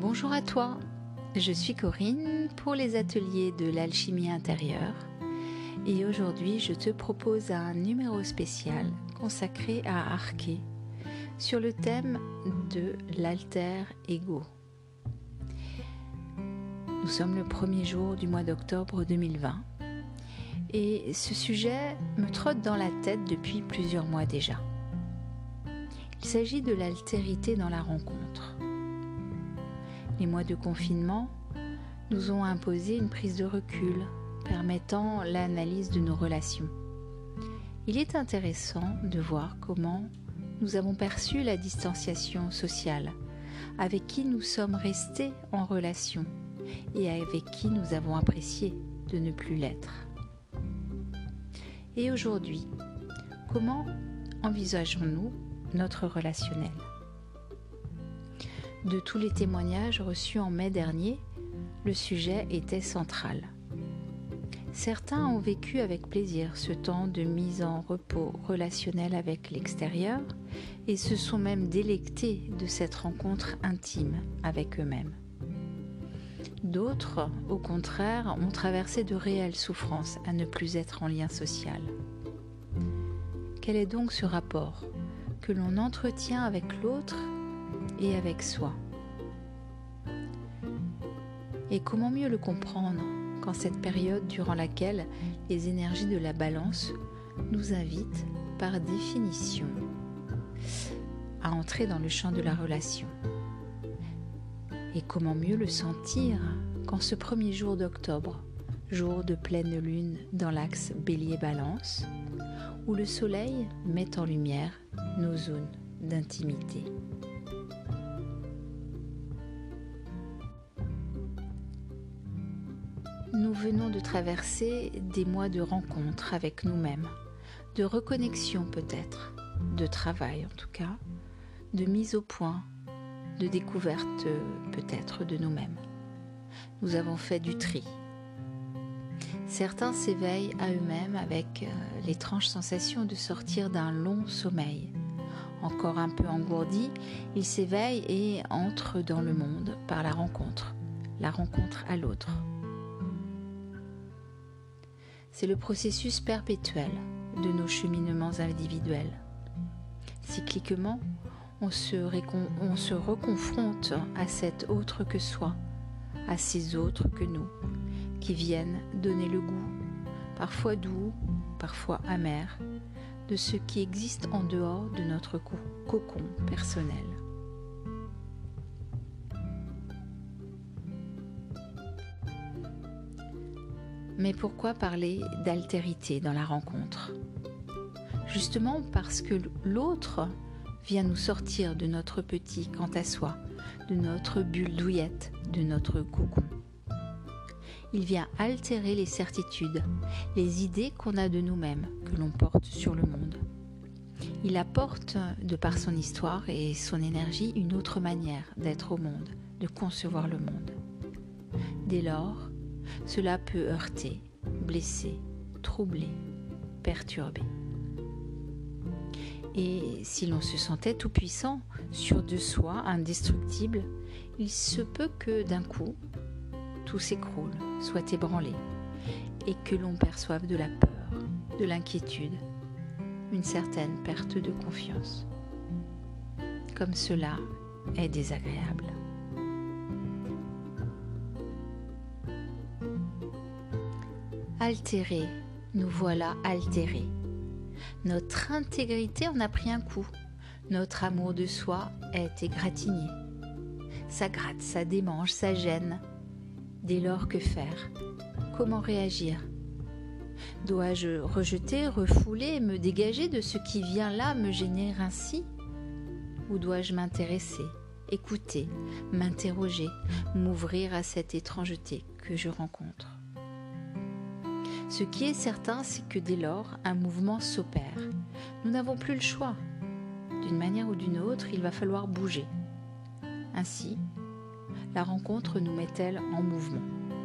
Bonjour à toi, je suis Corinne pour les ateliers de l'alchimie intérieure et aujourd'hui je te propose un numéro spécial consacré à Arché sur le thème de l'alter ego. Nous sommes le premier jour du mois d'octobre 2020 et ce sujet me trotte dans la tête depuis plusieurs mois déjà. Il s'agit de l'altérité dans la rencontre. Les mois de confinement nous ont imposé une prise de recul permettant l'analyse de nos relations. Il est intéressant de voir comment nous avons perçu la distanciation sociale, avec qui nous sommes restés en relation et avec qui nous avons apprécié de ne plus l'être. Et aujourd'hui, comment envisageons-nous notre relationnel ? De tous les témoignages reçus en mai dernier, le sujet était central. Certains ont vécu avec plaisir ce temps de mise en repos relationnel avec l'extérieur et se sont même délectés de cette rencontre intime avec eux-mêmes. D'autres, au contraire, ont traversé de réelles souffrances à ne plus être en lien social. Quel est donc ce rapport que l'on entretient avec l'autre et avec soi? Et comment mieux le comprendre qu'en cette période durant laquelle les énergies de la balance nous invitent par définition à entrer dans le champ de la relation? Et comment mieux le sentir qu'en ce premier jour d'octobre, jour de pleine lune dans l'axe Bélier-Balance, où le soleil met en lumière nos zones d'intimité. Nous venons de traverser des mois de rencontres avec nous-mêmes, de reconnexion peut-être, de travail en tout cas, de mise au point, de découverte peut-être de nous-mêmes. Nous avons fait du tri. Certains s'éveillent à eux-mêmes avec l'étrange sensation de sortir d'un long sommeil. Encore un peu engourdis, ils s'éveillent et entrent dans le monde par la rencontre à l'autre. C'est le processus perpétuel de nos cheminements individuels. Cycliquement, on se reconfronte à cet autre que soi, à ces autres que nous, qui viennent donner le goût, parfois doux, parfois amer, de ce qui existe en dehors de notre cocon personnel. Mais pourquoi parler d'altérité dans la rencontre ? Justement parce que l'autre vient nous sortir de notre petit quant à soi, de notre bulle douillette, de notre cocon. Il vient altérer les certitudes, les idées qu'on a de nous-mêmes, que l'on porte sur le monde. Il apporte, de par son histoire et son énergie, une autre manière d'être au monde, de concevoir le monde. Dès lors, cela peut heurter, blesser, troubler, perturber. Et si l'on se sentait tout puissant, sûr de soi, indestructible, il se peut que d'un coup, tout s'écroule, soit ébranlé, et que l'on perçoive de la peur, de l'inquiétude, une certaine perte de confiance. Comme cela est désagréable. Altérés, nous voilà altérés. Notre intégrité en a pris un coup. Notre amour de soi est égratigné. Ça gratte, ça démange, ça gêne. Dès lors, que faire ? Comment réagir ? Dois-je rejeter, refouler, me dégager de ce qui vient là me gêner ainsi ? Ou dois-je m'intéresser, écouter, m'interroger, m'ouvrir à cette étrangeté que je rencontre ? Ce qui est certain, c'est que dès lors, un mouvement s'opère. Nous n'avons plus le choix. D'une manière ou d'une autre, il va falloir bouger. Ainsi, la rencontre nous met-elle en mouvement.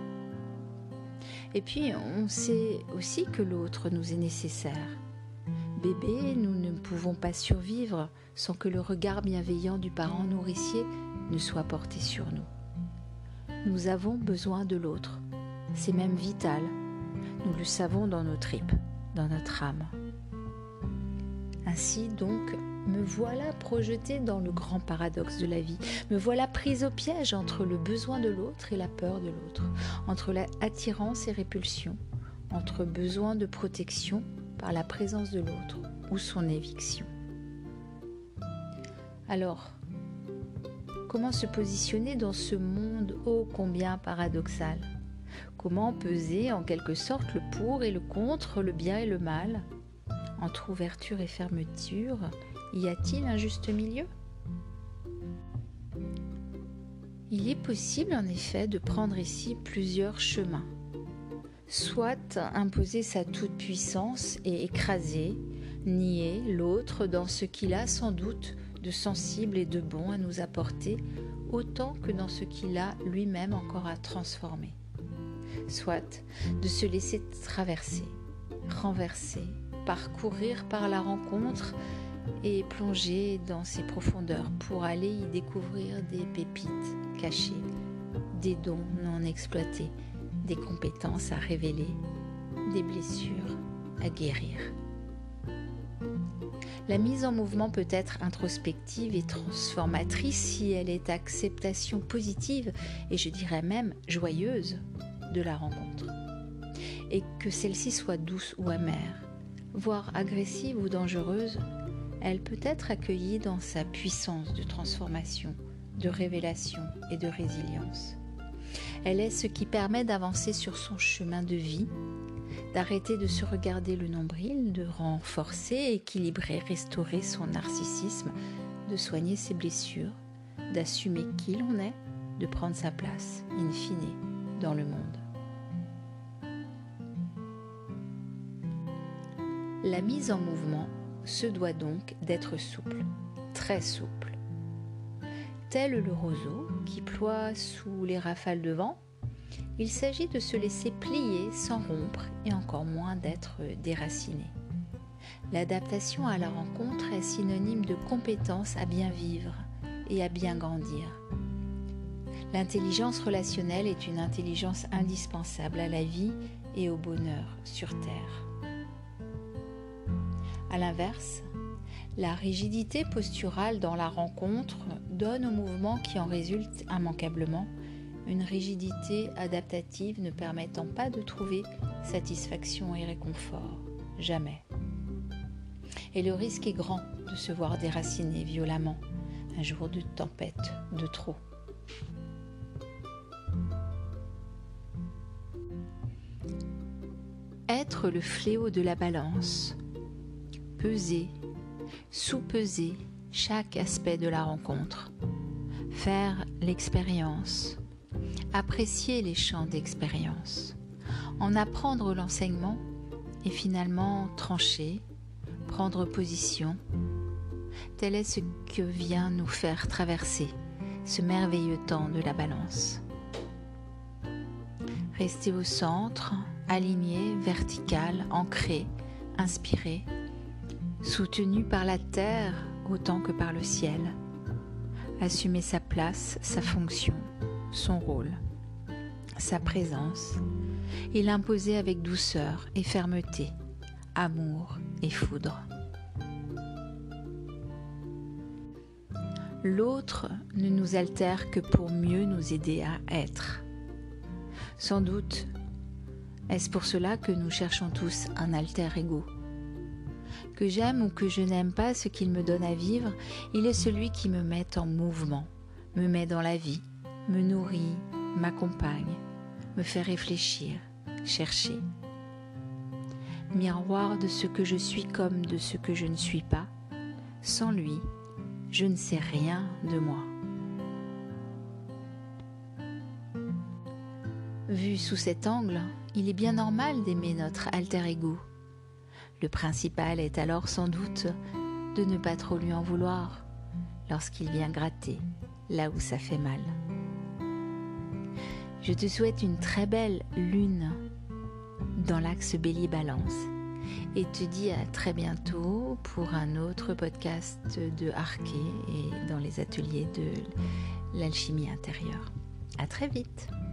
Et puis, on sait aussi que l'autre nous est nécessaire. Bébé, nous ne pouvons pas survivre sans que le regard bienveillant du parent nourricier ne soit porté sur nous. Nous avons besoin de l'autre. C'est même vital. Nous le savons dans nos tripes, dans notre âme. Ainsi donc, me voilà projetée dans le grand paradoxe de la vie. Me voilà prise au piège entre le besoin de l'autre et la peur de l'autre, entre l'attirance et répulsion, entre besoin de protection par la présence de l'autre ou son éviction. Alors, comment se positionner dans ce monde ô combien paradoxal ? Comment peser en quelque sorte le pour et le contre, le bien et le mal ? Entre ouverture et fermeture, y a-t-il un juste milieu ? Il est possible en effet de prendre ici plusieurs chemins. Soit imposer sa toute-puissance et écraser, nier l'autre dans ce qu'il a sans doute de sensible et de bon à nous apporter, autant que dans ce qu'il a lui-même encore à transformer. Soit de se laisser traverser, renverser, parcourir par la rencontre et plonger dans ses profondeurs pour aller y découvrir des pépites cachées, des dons non exploités, des compétences à révéler, des blessures à guérir. La mise en mouvement peut être introspective et transformatrice si elle est acceptation positive et je dirais même joyeuse de la rencontre. Et que celle-ci soit douce ou amère, voire agressive ou dangereuse, elle peut être accueillie dans sa puissance de transformation, de révélation et de résilience. Elle est ce qui permet d'avancer sur son chemin de vie, d'arrêter de se regarder le nombril, de renforcer, équilibrer, restaurer son narcissisme, de soigner ses blessures, d'assumer qui l'on est, de prendre sa place, in fine, dans le monde. La mise en mouvement se doit donc d'être souple, très souple. Tel le roseau qui ploie sous les rafales de vent, il s'agit de se laisser plier sans rompre et encore moins d'être déraciné. L'adaptation à la rencontre est synonyme de compétence à bien vivre et à bien grandir. L'intelligence relationnelle est une intelligence indispensable à la vie et au bonheur sur Terre. A l'inverse, la rigidité posturale dans la rencontre donne au mouvement qui en résulte immanquablement une rigidité adaptative ne permettant pas de trouver satisfaction et réconfort, jamais. Et le risque est grand de se voir déraciné violemment, un jour de tempête, de trop. Être le fléau de la balance, peser, sous-peser chaque aspect de la rencontre, faire l'expérience, apprécier les champs d'expérience, en apprendre l'enseignement et finalement trancher, prendre position. Tel est ce que vient nous faire traverser ce merveilleux temps de la balance. Rester au centre, aligné, vertical, ancré, inspiré, soutenu par la terre autant que par le ciel. Assumer sa place, sa fonction, son rôle, sa présence, et l'imposer avec douceur et fermeté, amour et foudre. L'autre ne nous altère que pour mieux nous aider à être. Sans doute, est-ce pour cela que nous cherchons tous un alter ego ? Que j'aime ou que je n'aime pas ce qu'il me donne à vivre, il est celui qui me met en mouvement, me met dans la vie, me nourrit, m'accompagne, me fait réfléchir, chercher. Miroir de ce que je suis comme de ce que je ne suis pas, sans lui, je ne sais rien de moi. Vu sous cet angle, il est bien normal d'aimer notre alter ego. Le principal est alors sans doute de ne pas trop lui en vouloir lorsqu'il vient gratter là où ça fait mal. Je te souhaite une très belle lune dans l'axe Bélier-Balance et te dis à très bientôt pour un autre podcast de Arché et dans les ateliers de l'alchimie intérieure. À très vite.